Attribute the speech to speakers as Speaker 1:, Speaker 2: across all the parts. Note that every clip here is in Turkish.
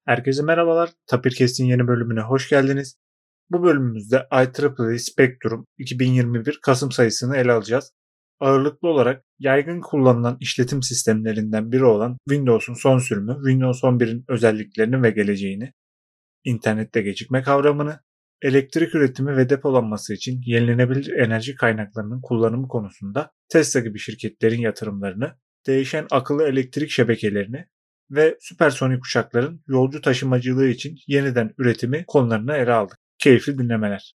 Speaker 1: Herkese merhabalar. Tapirkest'in yeni bölümüne hoş geldiniz. Bu bölümümüzde IEEE Spectrum 2021 Kasım sayısını ele alacağız. Ağırlıklı olarak yaygın kullanılan işletim sistemlerinden biri olan Windows'un son sürümü, Windows 11'in özelliklerini ve geleceğini, internette gecikme kavramını, elektrik üretimi ve depolanması için yenilenebilir enerji kaynaklarının kullanımı konusunda Tesla gibi şirketlerin yatırımlarını, değişen akıllı elektrik şebekelerini ve süpersonik uçakların yolcu taşımacılığı için yeniden üretimi konularını ele aldık. Keyifli dinlemeler.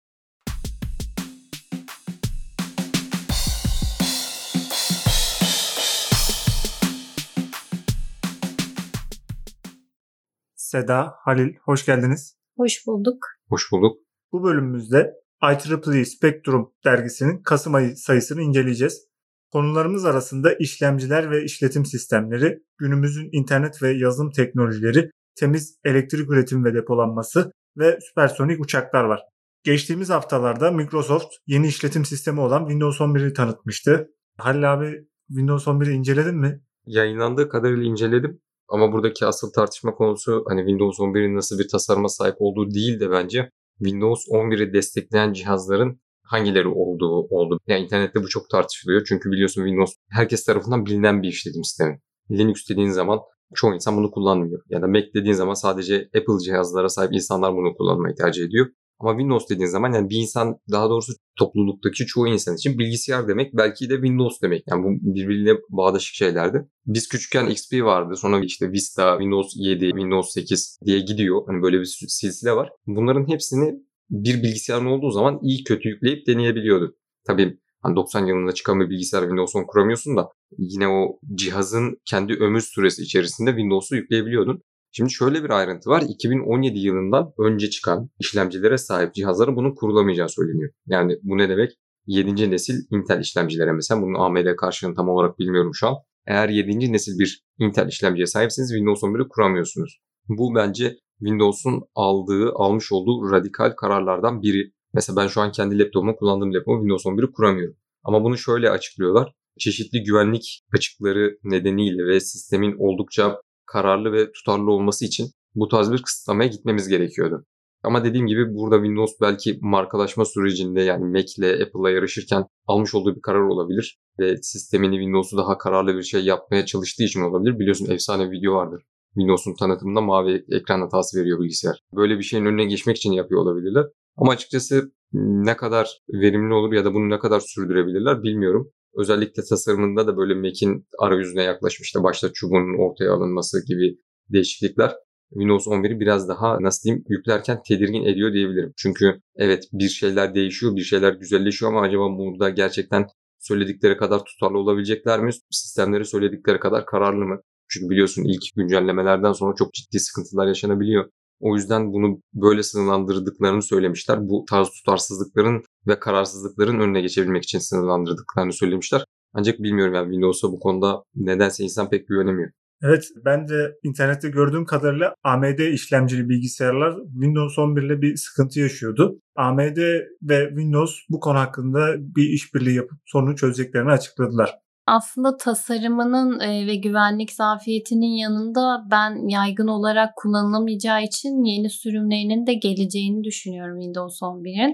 Speaker 1: Seda, Halil, hoş geldiniz.
Speaker 2: Hoş bulduk.
Speaker 3: Hoş bulduk.
Speaker 1: Bu bölümümüzde IEEE Spectrum dergisinin Kasım ayı sayısını inceleyeceğiz. Konularımız arasında işlemciler ve işletim sistemleri, günümüzün internet ve yazılım teknolojileri, temiz elektrik üretimi ve depolanması ve süpersonik uçaklar var. Geçtiğimiz haftalarda Microsoft yeni işletim sistemi olan Windows 11'i tanıtmıştı. Halil abi, Windows 11'i inceledin mi?
Speaker 3: Yayınlandığı kadarıyla inceledim. Ama buradaki asıl tartışma konusu hani Windows 11'in nasıl bir tasarıma sahip olduğu değil de bence Windows 11'i destekleyen cihazların hangileri olduğu oldu. Yani internette bu çok tartışılıyor. Çünkü biliyorsun Windows herkes tarafından bilinen bir işletim sistemi. Linux dediğin zaman çoğu insan bunu kullanmıyor. Ya da Mac dediğin zaman sadece Apple cihazlara sahip insanlar bunu kullanmayı tercih ediyor. Ama Windows dediğin zaman yani bir insan, daha doğrusu topluluktaki çoğu insan için bilgisayar demek belki de Windows demek. Yani bu birbiriyle bağdaşık şeylerdi. Biz küçükken XP vardı. Sonra işte Vista, Windows 7, Windows 8 diye gidiyor. Hani böyle bir silsile var. Bunların hepsini bir bilgisayarın olduğu zaman iyi kötü yükleyip deneyebiliyordu. Tabii hani 90 yılında çıkan bir bilgisayar Windows 10 kuramıyorsun da yine o cihazın kendi ömür süresi içerisinde Windows'u yükleyebiliyordun. Şimdi şöyle bir ayrıntı var. 2017 yılından önce çıkan işlemcilere sahip cihazların bunun kurulamayacağı söyleniyor. Yani bu ne demek? 7. nesil Intel işlemcilere mesela. Bunun AMD karşılığını tam olarak bilmiyorum şu an. Eğer 7. nesil bir Intel işlemciye sahipseniz Windows 11'i kuramıyorsunuz. Bu bence Windows'un almış olduğu radikal kararlardan biri. Mesela ben şu an kendi laptopumu, kullandığım laptopumu Windows 11'i kuramıyorum. Ama bunu şöyle açıklıyorlar. Çeşitli güvenlik açıkları nedeniyle ve sistemin oldukça kararlı ve tutarlı olması için bu tarz bir kısıtlamaya gitmemiz gerekiyordu. Ama dediğim gibi burada Windows belki markalaşma sürecinde, yani Mac ile Apple'la yarışırken almış olduğu bir karar olabilir ve sistemini, Windows'u daha kararlı bir şey yapmaya çalıştığı için olabilir. Biliyorsun efsane bir video vardır. Windows'un tanıtımında mavi ekran hatası veriyor bilgisayar. Böyle bir şeyin önüne geçmek için yapıyor olabilirler. Ama açıkçası ne kadar verimli olur ya da bunu ne kadar sürdürebilirler bilmiyorum. Özellikle tasarımında da böyle Mac'in arayüzüne yaklaşmıştı. Başta çubuğun ortaya alınması gibi değişiklikler Windows 11'i biraz daha, nasıl diyeyim, yüklerken tedirgin ediyor diyebilirim. Çünkü evet, bir şeyler değişiyor, bir şeyler güzelleşiyor ama acaba burada gerçekten söyledikleri kadar tutarlı olabilecekler mi? Sistemleri söyledikleri kadar kararlı mı? Çünkü biliyorsun ilk güncellemelerden sonra çok ciddi sıkıntılar yaşanabiliyor. O yüzden bunu böyle sınırlandırdıklarını söylemişler. Bu tarz tutarsızlıkların ve kararsızlıkların önüne geçebilmek için sınırlandırdıklarını söylemişler. Ancak bilmiyorum, yani Windows'a bu konuda nedense insan pek güvenemiyor.
Speaker 1: Evet, ben de internette gördüğüm kadarıyla AMD işlemcili bilgisayarlar Windows 11 ile bir sıkıntı yaşıyordu. AMD ve Windows bu konu hakkında bir işbirliği yapıp sorunu çözeceklerini açıkladılar.
Speaker 2: Aslında tasarımının ve güvenlik zafiyetinin yanında ben yaygın olarak kullanılamayacağı için yeni sürümlerinin de geleceğini düşünüyorum Windows 11'in.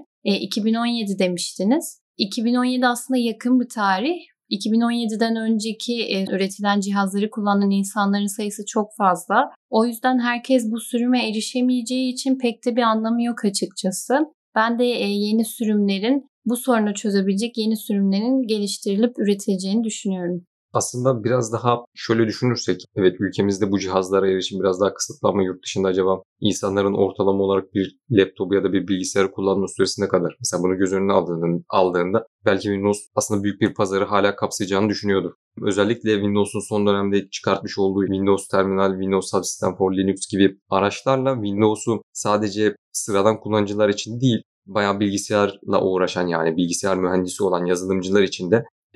Speaker 2: 2017 demiştiniz. 2017 aslında yakın bir tarih. 2017'den önceki üretilen cihazları kullanan insanların sayısı çok fazla. O yüzden herkes bu sürüme erişemeyeceği için pek de bir anlamı yok açıkçası. Ben de yeni sürümlerin, bu sorunu çözebilecek yeni sürümlerin geliştirilip üretileceğini düşünüyorum.
Speaker 3: Aslında biraz daha şöyle düşünürsek, evet, ülkemizde bu cihazlara erişim biraz daha kısıtlı ama yurt dışında acaba insanların ortalama olarak bir laptop ya da bir bilgisayarı kullanma süresi ne kadar? Mesela bunu göz önüne aldığında belki Windows aslında büyük bir pazarı hala kapsayacağını düşünüyordu. Özellikle Windows'un son dönemde çıkartmış olduğu Windows Terminal, Windows Subsystem for Linux gibi araçlarla Windows'u sadece sıradan kullanıcılar için değil, bayağı bilgisayarla uğraşan, yani bilgisayar mühendisi olan yazılımcılar için de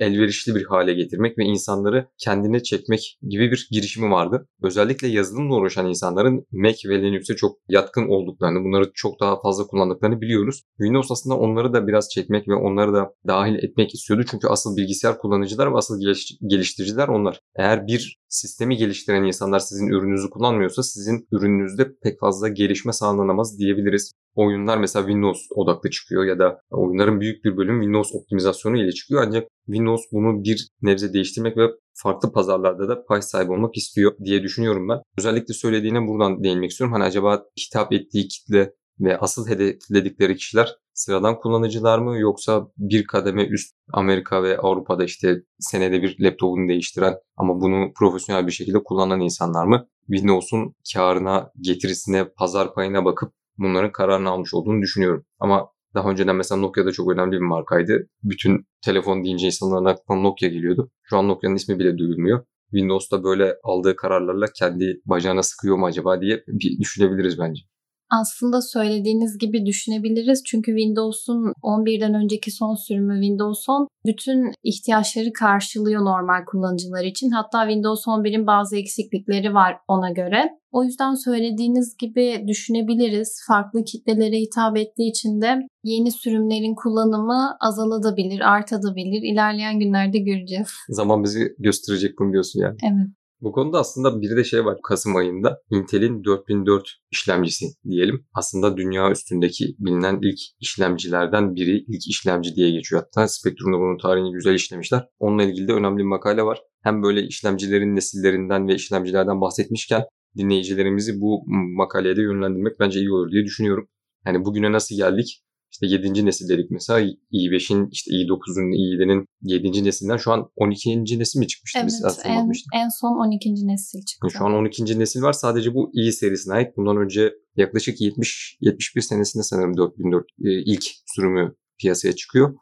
Speaker 3: elverişli bir hale getirmek ve insanları kendine çekmek gibi bir girişimi vardı. Özellikle yazılımla uğraşan insanların Mac ve Linux'e çok yatkın olduklarını, bunları çok daha fazla kullandıklarını biliyoruz. Windows aslında onları da biraz çekmek ve onları da dahil etmek istiyordu. Çünkü asıl bilgisayar kullanıcılar ve asıl geliştiriciler onlar. Eğer bir sistemi geliştiren insanlar sizin ürününüzü kullanmıyorsa sizin ürününüzde pek fazla gelişme sağlanamaz diyebiliriz. Oyunlar mesela Windows odaklı çıkıyor ya da oyunların büyük bir bölümü Windows optimizasyonu ile çıkıyor. Ancak Windows bunu bir nebze değiştirmek ve farklı pazarlarda da pay sahibi olmak istiyor diye düşünüyorum ben. Özellikle söylediğine buradan değinmek istiyorum. Hani acaba hitap ettiği kitle ve asıl hedefledikleri kişiler sıradan kullanıcılar mı, yoksa bir kademe üst Amerika ve Avrupa'da işte senede bir laptopunu değiştiren ama bunu profesyonel bir şekilde kullanan insanlar mı? Windows'un karına, getirisine, pazar payına bakıp bunların kararını almış olduğunu düşünüyorum. Ama daha önceden mesela Nokia'da çok önemli bir markaydı. Bütün telefon deyince insanların aklına Nokia geliyordu. Şu an Nokia'nın ismi bile duyulmuyor. Windows'ta böyle aldığı kararlarla kendi bacağına sıkıyor mu acaba diye bir düşünebiliriz bence.
Speaker 2: Aslında söylediğiniz gibi düşünebiliriz. Çünkü Windows'un 11'den önceki son sürümü Windows 10 bütün ihtiyaçları karşılıyor normal kullanıcılar için. Hatta Windows 11'in bazı eksiklikleri var ona göre. O yüzden söylediğiniz gibi düşünebiliriz. Farklı kitlelere hitap ettiği için de yeni sürümlerin kullanımı azalabilir, artabilir. İlerleyen günlerde göreceğiz.
Speaker 3: Zaman bizi gösterecek bunu diyorsun yani.
Speaker 2: Evet.
Speaker 3: Bu konuda aslında bir de şey var, Kasım ayında Intel'in 4004 işlemcisi diyelim. Aslında dünya üstündeki bilinen ilk işlemcilerden biri, ilk işlemci diye geçiyor. Hatta Spectrum'da bunun tarihini güzel işlemişler. Onunla ilgili de önemli bir makale var. Hem böyle işlemcilerin nesillerinden ve işlemcilerden bahsetmişken dinleyicilerimizi bu makaleye de yönlendirmek bence iyi olur diye düşünüyorum. Yani bugüne nasıl geldik? İşte 7. nesil dedik mesela, i5'in, işte i9'un, i7'nin 7. nesilden şu an 12. nesil mi çıkmıştı?
Speaker 2: Evet, en son 12. nesil çıktı.
Speaker 3: Şu an 12. nesil var. Sadece bu i serisine ait. Bundan önce yaklaşık 70-71 senesinde sanırım 4004 ilk sürümü piyasaya çıkıyor.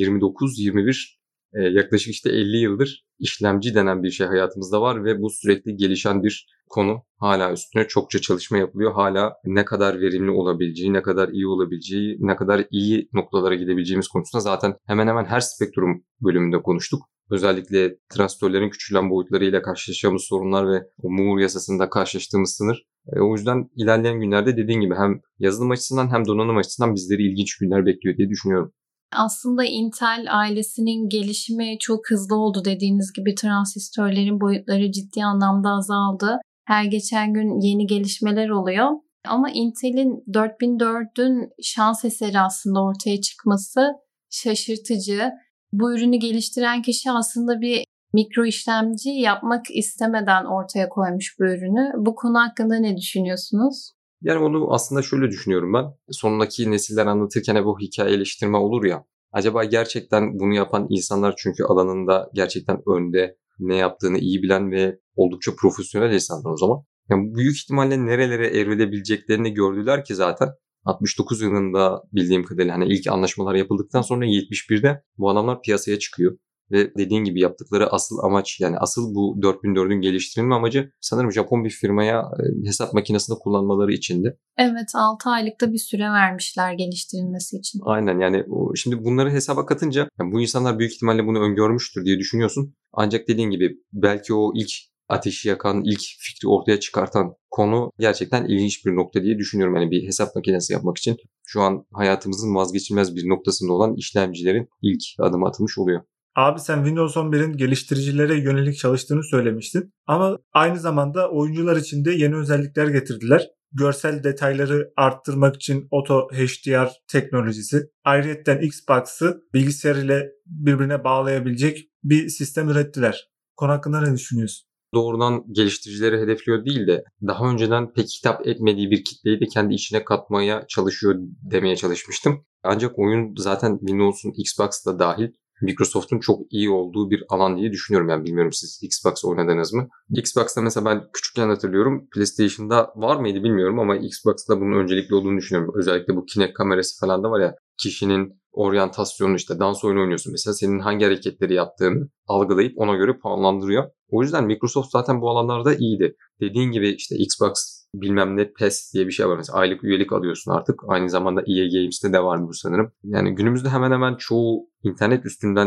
Speaker 3: 29-21 yaklaşık işte 50 yıldır işlemci denen bir şey hayatımızda var ve bu sürekli gelişen bir konu. Hala üstüne çokça çalışma yapılıyor. Hala ne kadar verimli olabileceği, ne kadar iyi olabileceği, ne kadar iyi noktalara gidebileceğimiz konusunda zaten hemen hemen her spektrum bölümünde konuştuk. Özellikle transistörlerin küçülen boyutlarıyla karşılaşacağımız sorunlar ve o Moore yasasında karşılaştığımız sınır. O yüzden ilerleyen günlerde dediğin gibi hem yazılım açısından hem donanım açısından bizleri ilginç günler bekliyor diye düşünüyorum.
Speaker 2: Aslında Intel ailesinin gelişimi çok hızlı oldu. Dediğiniz gibi transistörlerin boyutları ciddi anlamda azaldı. Her geçen gün yeni gelişmeler oluyor. Ama Intel'in 4004'ün şans eseri aslında ortaya çıkması şaşırtıcı. Bu ürünü geliştiren kişi aslında bir mikro işlemci yapmak istemeden ortaya koymuş bu ürünü. Bu konu hakkında ne düşünüyorsunuz?
Speaker 3: Yani onu aslında şöyle düşünüyorum ben. Sonraki nesiller anlatırken hep o hikayeleştirme olur ya. Acaba gerçekten bunu yapan insanlar, çünkü alanında gerçekten önde, ne yaptığını iyi bilen ve oldukça profesyonel insanlar o zaman. Yani büyük ihtimalle nerelere evrilebileceklerini gördüler ki zaten. 69 yılında bildiğim kadarıyla hani ilk anlaşmalar yapıldıktan sonra 71'de bu adamlar piyasaya çıkıyor. Ve dediğin gibi yaptıkları asıl amaç, yani asıl bu 4004'ün geliştirilme amacı sanırım Japon bir firmaya hesap makinesinde kullanmaları içindi.
Speaker 2: Evet, 6 aylıkta bir süre vermişler geliştirilmesi için.
Speaker 3: Aynen, yani şimdi bunları hesaba katınca yani bu insanlar büyük ihtimalle bunu öngörmüştür diye düşünüyorsun. Ancak dediğin gibi belki o ilk ateşi yakan, ilk fikri ortaya çıkartan konu gerçekten ilginç bir nokta diye düşünüyorum. Yani bir hesap makinesi yapmak için şu an hayatımızın vazgeçilmez bir noktasında olan işlemcilerin ilk adımı atılmış oluyor.
Speaker 1: Abi sen Windows 11'in geliştiricilere yönelik çalıştığını söylemiştin. Ama aynı zamanda oyuncular için de yeni özellikler getirdiler. Görsel detayları arttırmak için Auto HDR teknolojisi. Ayrıyeten Xbox'ı bilgisayar ile birbirine bağlayabilecek bir sistem ürettiler. Konu hakkında ne düşünüyorsun?
Speaker 3: Doğrudan geliştiricileri hedefliyor değil de daha önceden pek hitap etmediği bir kitleyi de kendi içine katmaya çalışıyor demeye çalışmıştım. Ancak oyun zaten Windows'un, Xbox'da dahil Microsoft'un çok iyi olduğu bir alan diye düşünüyorum. Yani bilmiyorum siz Xbox oynadınız mı? Xbox'ta mesela ben küçükken hatırlıyorum. PlayStation'da var mıydı bilmiyorum ama Xbox'ta bunun öncelikli olduğunu düşünüyorum. Özellikle bu Kinect kamerası falan da var ya, kişinin oryantasyonu, işte dans oyunu oynuyorsun mesela, senin hangi hareketleri yaptığını algılayıp ona göre puanlandırıyor. O yüzden Microsoft zaten bu alanlarda iyiydi. Dediğin gibi işte Xbox bilmem ne PES diye bir şey var mesela, aylık üyelik alıyorsun artık. Aynı zamanda EA Games'te de var bu sanırım. Yani günümüzde hemen hemen çoğu internet üstünden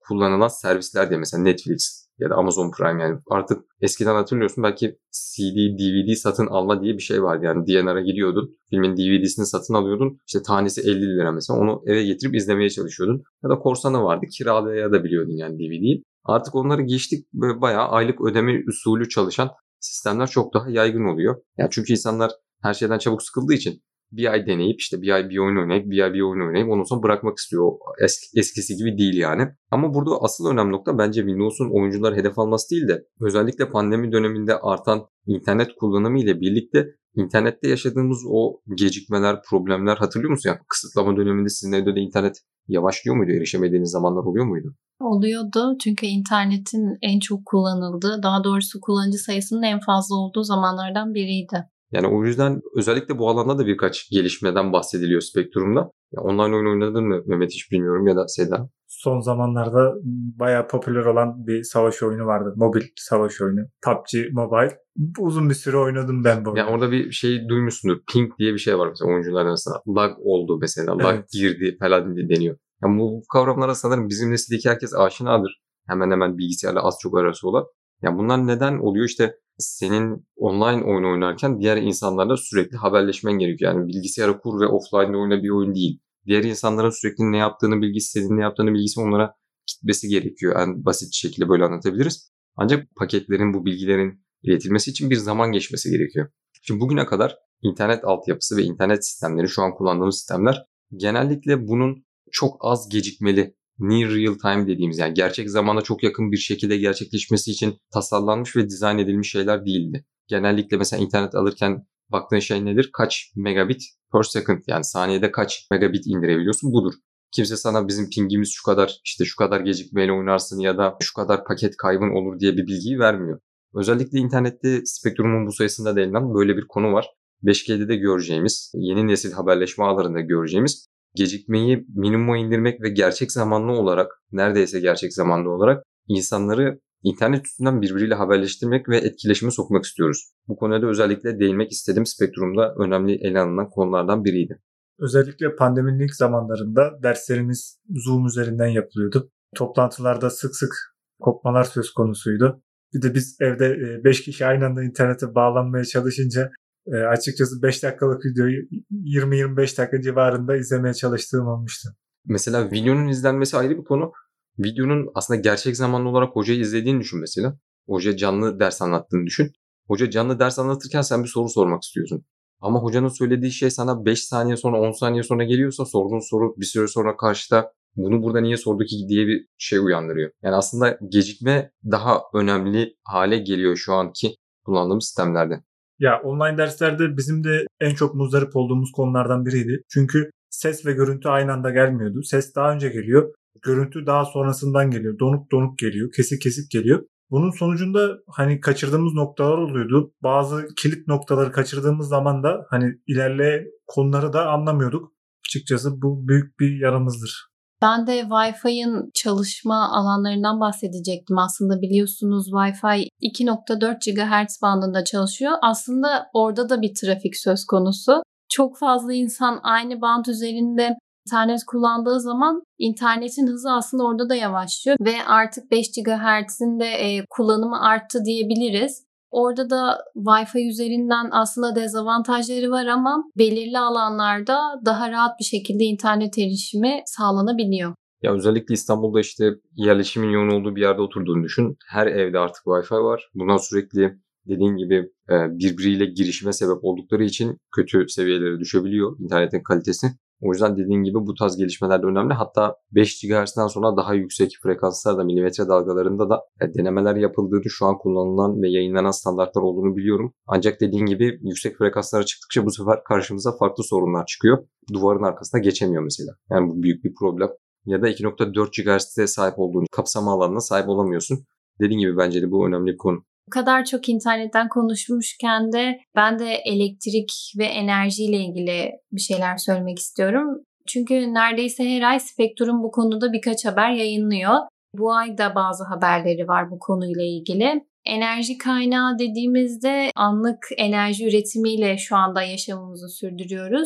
Speaker 3: kullanılan servisler diye mesela Netflix ya da Amazon Prime, yani artık eskiden hatırlıyorsun belki CD, DVD satın alma diye bir şey vardı. Yani DNR'a gidiyordun, filmin DVD'sini satın alıyordun. İşte tanesi 50 lira mesela, onu eve getirip izlemeye çalışıyordun. Ya da korsanı vardı, kiralayabiliyordun yani DVD'yi. Artık onları geçtik, böyle bayağı aylık ödeme usulü çalışan sistemler çok daha yaygın oluyor. Yani çünkü insanlar her şeyden çabuk sıkıldığı için bir ay deneyip işte bir ay bir oyun oynayıp bir ay bir oyun oynayıp ondan sonra bırakmak istiyor. Eskisi gibi değil yani. Ama burada asıl önemli nokta bence Windows'un oyuncular hedef alması değil de özellikle pandemi döneminde artan internet kullanımı ile birlikte internette yaşadığımız o gecikmeler, problemler, hatırlıyor musun? Yani kısıtlama döneminde sizin evde de internet yavaşlıyor muydu? Erişemediğiniz zamanlar oluyor muydu?
Speaker 2: Oluyordu çünkü internetin en çok kullanıldığı, daha doğrusu kullanıcı sayısının en fazla olduğu zamanlardan biriydi.
Speaker 3: Yani o yüzden özellikle bu alanda da birkaç gelişmeden bahsediliyor Spectrum'da. Ya online oyun oynadın mı Mehmet, hiç bilmiyorum, ya da Seda?
Speaker 1: Son zamanlarda bayağı popüler olan bir savaş oyunu vardı. Mobil savaş oyunu. PUBG Mobile. Uzun bir süre oynadım ben bu oyunu.
Speaker 3: Yani orada bir şey duymuşsundur. Ping diye bir şey var mesela oyuncular arasında. Lag oldu mesela. Lag
Speaker 1: Evet.
Speaker 3: girdi falan diye deniyor. Yani bu kavramlara sanırım bizim nesildeki herkes aşinadır. Hemen hemen bilgisayarla az çok arası olan. Yani bunlar neden oluyor? İşte senin online oyun oynarken diğer insanlarla sürekli haberleşmen gerekiyor. Yani bilgisayara kur ve offline'da oyna bir oyun değil. Diğer insanların sürekli ne yaptığını bilgisi, senin ne yaptığını bilgisi onlara gitmesi gerekiyor. En basit şekilde böyle anlatabiliriz. Ancak paketlerin, bu bilgilerin iletilmesi için bir zaman geçmesi gerekiyor. Şimdi bugüne kadar internet altyapısı ve internet sistemleri, şu an kullandığımız sistemler genellikle bunun çok az gecikmeli, near real time dediğimiz, yani gerçek zamana çok yakın bir şekilde gerçekleşmesi için tasarlanmış ve dizayn edilmiş şeyler değildi. Genellikle mesela internet alırken baktığın şey nedir? Kaç megabit per second, yani saniyede kaç megabit indirebiliyorsun, budur. Kimse sana bizim pingimiz şu kadar, işte şu kadar gecikmeyle oynarsın ya da şu kadar paket kaybın olur diye bir bilgiyi vermiyor. Özellikle internette Spectrum'un bu sayısında değinilen böyle bir konu var. 5G'de de göreceğimiz, yeni nesil haberleşme ağlarında göreceğimiz gecikmeyi minimuma indirmek ve gerçek zamanlı olarak, neredeyse gerçek zamanlı olarak insanları internet üstünden birbiriyle haberleştirmek ve etkileşime sokmak istiyoruz. Bu konuda özellikle değinmek istedim. Spectrum'da önemli ele alınan konulardan biriydi.
Speaker 1: Özellikle pandeminin ilk zamanlarında derslerimiz Zoom üzerinden yapılıyordu. Toplantılarda sık sık kopmalar söz konusuydu. Bir de biz evde 5 kişi aynı anda internete bağlanmaya çalışınca açıkçası 5 dakikalık videoyu 20-25 dakika civarında izlemeye çalıştığım olmuştu.
Speaker 3: Mesela videonun izlenmesi ayrı bir konu. Videonun aslında gerçek zamanlı olarak hocayı izlediğini düşün mesela. Hoca canlı ders anlattığını düşün. Hoca canlı ders anlatırken sen bir soru sormak istiyorsun. Ama hocanın söylediği şey sana 5 saniye sonra, 10 saniye sonra geliyorsa, sorduğun soru bir süre sonra karşıda bunu burada niye sordu ki diye bir şey uyandırıyor. Yani aslında gecikme daha önemli hale geliyor şu anki kullandığımız sistemlerde.
Speaker 1: Ya online derslerde bizim de en çok muzdarip olduğumuz konulardan biriydi. Çünkü ses ve görüntü aynı anda gelmiyordu. Ses daha önce geliyor. Görüntü daha sonrasından geliyor. Donuk donuk geliyor. Kesik kesik geliyor. Bunun sonucunda hani kaçırdığımız noktalar oluyordu. Bazı kilit noktaları kaçırdığımız zaman da hani ilerleyen konuları da anlamıyorduk. Açıkçası bu büyük bir yaramızdır.
Speaker 2: Ben de Wi-Fi'nin çalışma alanlarından bahsedecektim. Aslında biliyorsunuz Wi-Fi 2.4 GHz bandında çalışıyor. Aslında orada da bir trafik söz konusu. Çok fazla insan aynı band üzerinde internet kullandığı zaman internetin hızı aslında orada da yavaşlıyor ve artık 5 GHz'in de kullanımı arttı diyebiliriz. Orada da Wi-Fi üzerinden aslında dezavantajları var ama belirli alanlarda daha rahat bir şekilde internet erişimi sağlanabiliyor.
Speaker 3: Ya özellikle İstanbul'da işte yerleşimin yoğun olduğu bir yerde oturduğunu düşün. Her evde artık Wi-Fi var. Bundan sürekli dediğin gibi birbiriyle girişime sebep oldukları için kötü seviyelere düşebiliyor internetin kalitesi. O yüzden dediğin gibi bu tarz gelişmeler de önemli. Hatta 5 GHz'den sonra daha yüksek frekanslarda, milimetre dalgalarında da denemeler yapıldığını, şu an kullanılan ve yayınlanan standartlar olduğunu biliyorum. Ancak dediğin gibi yüksek frekanslara çıktıkça bu sefer karşımıza farklı sorunlar çıkıyor. Duvarın arkasına geçemiyor mesela. Yani bu büyük bir problem. Ya da 2.4 GHz'de sahip olduğun kapsama alanına sahip olamıyorsun. Dediğim gibi bence de bu önemli bir konu.
Speaker 2: Bu kadar çok internetten konuşmuşken de ben de elektrik ve enerjiyle ilgili bir şeyler söylemek istiyorum. Çünkü neredeyse her ay Spektrum bu konuda birkaç haber yayınlıyor. Bu ay da bazı haberleri var bu konuyla ilgili. Enerji kaynağı dediğimizde anlık enerji üretimiyle şu anda yaşamımızı sürdürüyoruz.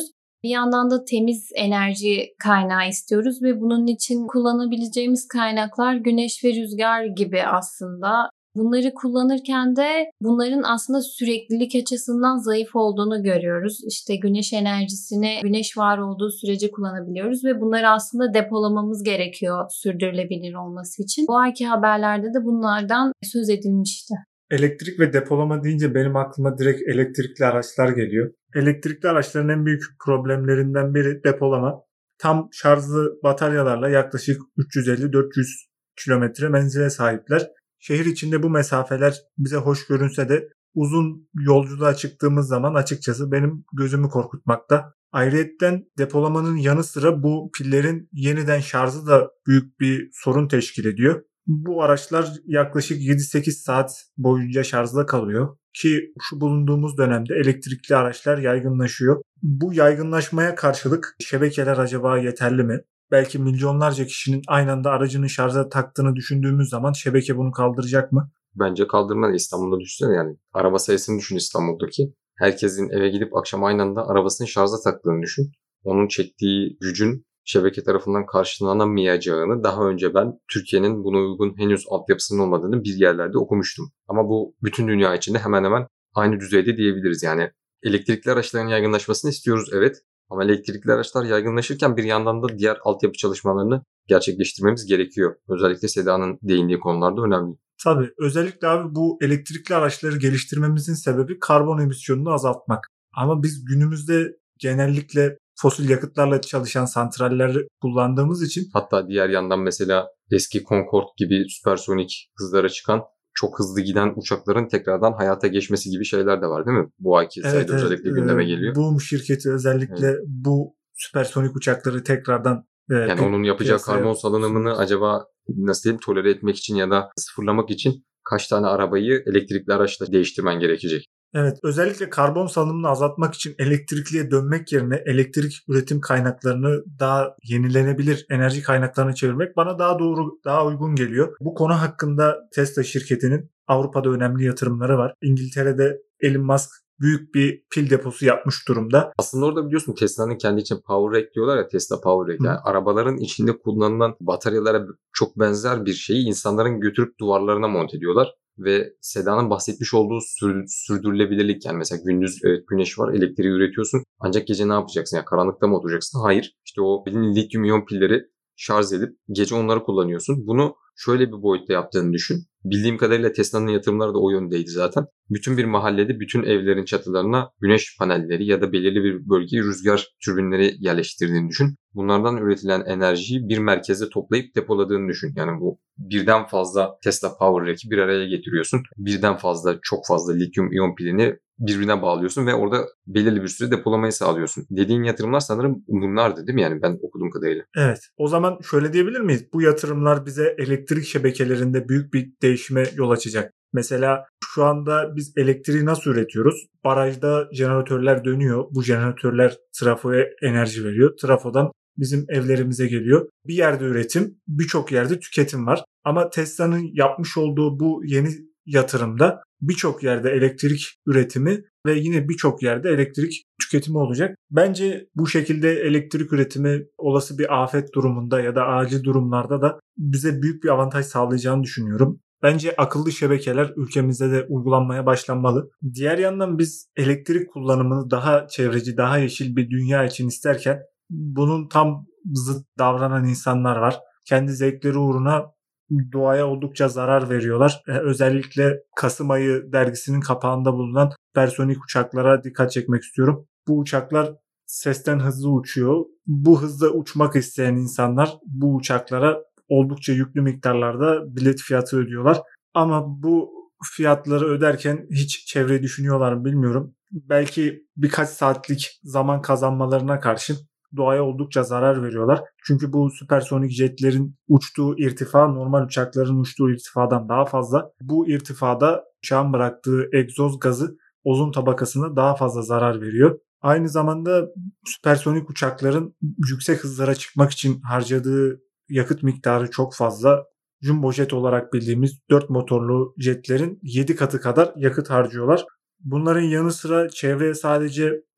Speaker 2: Bir yandan da temiz enerji kaynağı istiyoruz ve bunun için kullanabileceğimiz kaynaklar güneş ve rüzgar gibi aslında. Bunları kullanırken de bunların aslında süreklilik açısından zayıf olduğunu görüyoruz. İşte güneş enerjisini güneş var olduğu sürece kullanabiliyoruz ve bunları aslında depolamamız gerekiyor sürdürülebilir olması için. Bu ayki haberlerde de bunlardan söz edilmişti.
Speaker 1: Elektrik ve depolama deyince benim aklıma direkt elektrikli araçlar geliyor. Elektrikli araçların en büyük problemlerinden biri depolama. Tam şarjlı bataryalarla yaklaşık 350-400 kilometre menzile sahipler. Şehir içinde bu mesafeler bize hoş görünse de uzun yolculuğa çıktığımız zaman açıkçası benim gözümü korkutmakta. Ayrıyetten depolamanın yanı sıra bu pillerin yeniden şarjı da büyük bir sorun teşkil ediyor. Bu araçlar yaklaşık 7-8 saat boyunca şarjda kalıyor ki şu bulunduğumuz dönemde elektrikli araçlar yaygınlaşıyor. Bu yaygınlaşmaya karşılık şebekeler acaba yeterli mi? Belki milyonlarca kişinin aynı anda aracını şarja taktığını düşündüğümüz zaman şebeke bunu kaldıracak mı?
Speaker 3: Bence kaldırmalı. İstanbul'da düşünsene yani. Araba sayısını düşün İstanbul'daki. Herkesin eve gidip akşam aynı anda arabasını şarja taktığını düşün. Onun çektiği gücün şebeke tarafından karşılanamayacağını daha önce ben Türkiye'nin buna uygun henüz altyapısının olmadığını bir yerlerde okumuştum. Ama bu bütün dünya içinde hemen hemen aynı düzeyde diyebiliriz. Yani elektrikli araçların yaygınlaşmasını istiyoruz, evet. Ama elektrikli araçlar yaygınlaşırken bir yandan da diğer altyapı çalışmalarını gerçekleştirmemiz gerekiyor. Özellikle Seda'nın değindiği konularda önemli.
Speaker 1: Tabii özellikle abi bu elektrikli araçları geliştirmemizin sebebi karbon emisyonunu azaltmak. Ama biz günümüzde genellikle fosil yakıtlarla çalışan santralleri kullandığımız için.
Speaker 3: Hatta diğer yandan mesela eski Concorde gibi süpersonik hızlara çıkan çok hızlı giden uçakların tekrardan hayata geçmesi gibi şeyler de var değil mi? Bu ayki sayıda özellikle gündeme geliyor.
Speaker 1: Boom şirketi özellikle bu süpersonik uçakları tekrardan
Speaker 3: yani onun yapacağı karbon salınımını acaba nasıl diyeyim tolere etmek için ya da sıfırlamak için kaç tane arabayı elektrikli araçla değiştirmen gerekecek?
Speaker 1: Evet, özellikle karbon salınımını azaltmak için elektrikliye dönmek yerine elektrik üretim kaynaklarını daha yenilenebilir enerji kaynaklarına çevirmek bana daha doğru, daha uygun geliyor. Bu konu hakkında Tesla şirketinin Avrupa'da önemli yatırımları var. İngiltere'de Elon Musk büyük bir pil deposu yapmış durumda.
Speaker 3: Aslında orada biliyorsun Tesla'nın kendi için Power Rack diyorlar ya, Tesla Power Rack. Yani arabaların içinde kullanılan bataryalara çok benzer bir şeyi insanların götürüp duvarlarına monte ediyorlar. Ve Seda'nın bahsetmiş olduğu sürdürülebilirlik, yani mesela gündüz evet güneş var, elektriği üretiyorsun ancak gece ne yapacaksın? Yani karanlıkta mı oturacaksın? Hayır. İşte o lityum iyon pilleri şarj edip gece onları kullanıyorsun. Bunu şöyle bir boyutta yaptığını düşün. Bildiğim kadarıyla Tesla'nın yatırımları da o yöndeydi zaten. Bütün bir mahallede bütün evlerin çatılarına güneş panelleri ya da belirli bir bölgeye rüzgar türbinleri yerleştirdiğini düşün. Bunlardan üretilen enerjiyi bir merkezde toplayıp depoladığını düşün. Yani bu birden fazla Tesla Power Rack'i bir araya getiriyorsun. Birden fazla, çok fazla lityum iyon pilini birbirine bağlıyorsun ve orada belirli bir süre depolamayı sağlıyorsun. Dediğin yatırımlar sanırım bunlardı değil mi? Yani ben okuduğum kadarıyla.
Speaker 1: Evet. O zaman şöyle diyebilir miyiz? Bu yatırımlar bize elektrik şebekelerinde büyük bir değişime yol açacak. Mesela şu anda biz elektriği nasıl üretiyoruz? Barajda jeneratörler dönüyor. Bu jeneratörler trafoya enerji veriyor. Trafodan bizim evlerimize geliyor. Bir yerde üretim, birçok yerde tüketim var. Ama Tesla'nın yapmış olduğu bu yeni yatırımda birçok yerde elektrik üretimi ve yine birçok yerde elektrik tüketimi olacak. Bence bu şekilde elektrik üretimi olası bir afet durumunda ya da acil durumlarda da bize büyük bir avantaj sağlayacağını düşünüyorum. Bence akıllı şebekeler ülkemizde de uygulanmaya başlanmalı. Diğer yandan biz elektrik kullanımını daha çevreci, daha yeşil bir dünya için isterken bunun tam zıt davranan insanlar var. Kendi zevkleri uğruna doğaya oldukça zarar veriyorlar. Özellikle Kasım Ayı dergisinin kapağında bulunan süpersonik uçaklara dikkat çekmek istiyorum. Bu uçaklar sesten hızlı uçuyor. Bu hızda uçmak isteyen insanlar bu uçaklara oldukça yüklü miktarlarda bilet fiyatı ödüyorlar. Ama bu fiyatları öderken hiç çevreyi düşünüyorlar mı bilmiyorum. Belki birkaç saatlik zaman kazanmalarına karşın doğaya oldukça zarar veriyorlar. Çünkü bu süpersonik jetlerin uçtuğu irtifa normal uçakların uçtuğu irtifadan daha fazla. Bu irtifada uçağın bıraktığı egzoz gazı ozon tabakasına daha fazla zarar veriyor. Aynı zamanda süpersonik uçakların yüksek hızlara çıkmak için harcadığı yakıt miktarı çok fazla. Jumbo jet olarak bildiğimiz 4 motorlu jetlerin 7 katı kadar yakıt harcıyorlar. Bunların yanı sıra çevreye sadece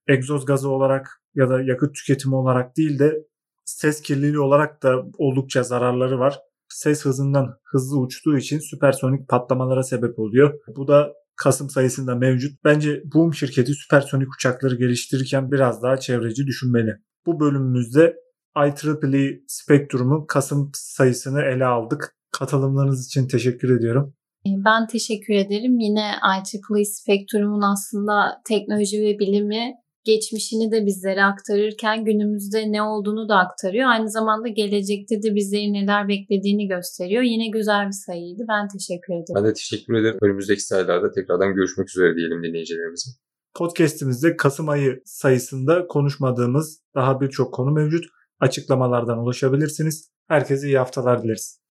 Speaker 1: egzoz gazı olarak ya da yakıt tüketimi olarak değil de ses kirliliği olarak da oldukça zararları var. Ses hızından hızlı uçtuğu için süpersonik patlamalara sebep oluyor. Bu da Kasım sayısında mevcut. Bence Boom şirketi süpersonik uçakları geliştirirken biraz daha çevreci düşünmeli. Bu bölümümüzde IEEE Spectrum'un Kasım sayısını ele aldık. Katılımlarınız için teşekkür ediyorum.
Speaker 2: Ben teşekkür ederim. Yine IEEE Spectrum'un aslında teknoloji ve bilimi geçmişini de bizlere aktarırken günümüzde ne olduğunu da aktarıyor. Aynı zamanda gelecekte de bizleri neler beklediğini gösteriyor. Yine güzel bir sayıydı. Ben teşekkür ederim.
Speaker 3: Ben de teşekkür ederim. Önümüzdeki sayılarda tekrardan görüşmek üzere diyelim dinleyicilerimizin.
Speaker 1: Podcast'imizde Kasım ayı sayısında konuşmadığımız daha birçok konu mevcut. Açıklamalardan ulaşabilirsiniz. Herkese iyi haftalar dileriz.